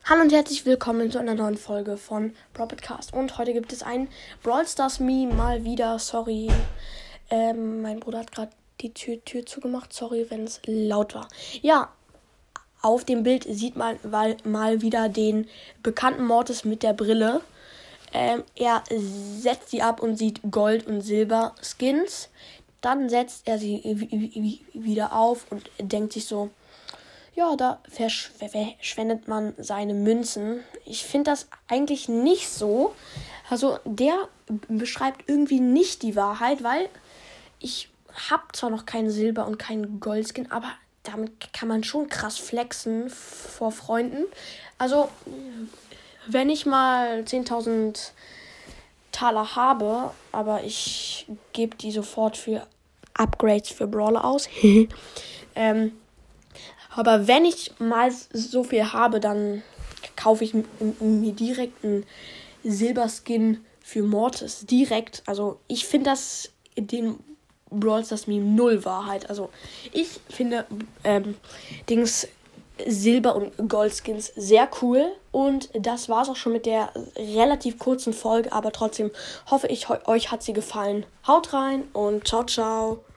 Hallo und herzlich willkommen zu einer neuen Folge von Podcast. Und heute gibt es ein Brawl Stars Meme mal wieder. Sorry, mein Bruder hat gerade die Tür zugemacht. Sorry, wenn es laut war. Ja, auf dem Bild sieht man mal wieder den bekannten Mortis mit der Brille. Er setzt sie ab und sieht Gold- und Silber-Skins. Dann setzt er sie wieder auf und denkt sich so, ja, da verschwendet man seine Münzen. Ich finde das eigentlich nicht so. Also der beschreibt irgendwie nicht die Wahrheit, weil ich habe zwar noch keinen Silber- und keinen Goldskin, aber damit kann man schon krass flexen vor Freunden. Also, wenn ich mal 10.000 Taler habe, aber ich gebe die sofort für Upgrades für Brawler aus. Aber wenn ich mal so viel habe, dann kaufe ich mir direkt einen Silberskin für Mortis. Direkt. Also ich finde das in den Brawl Stars Meme null Wahrheit. Also ich finde Silber- und Goldskins sehr cool. Und das war's auch schon mit der relativ kurzen Folge. Aber trotzdem hoffe ich, euch hat sie gefallen. Haut rein und ciao, ciao.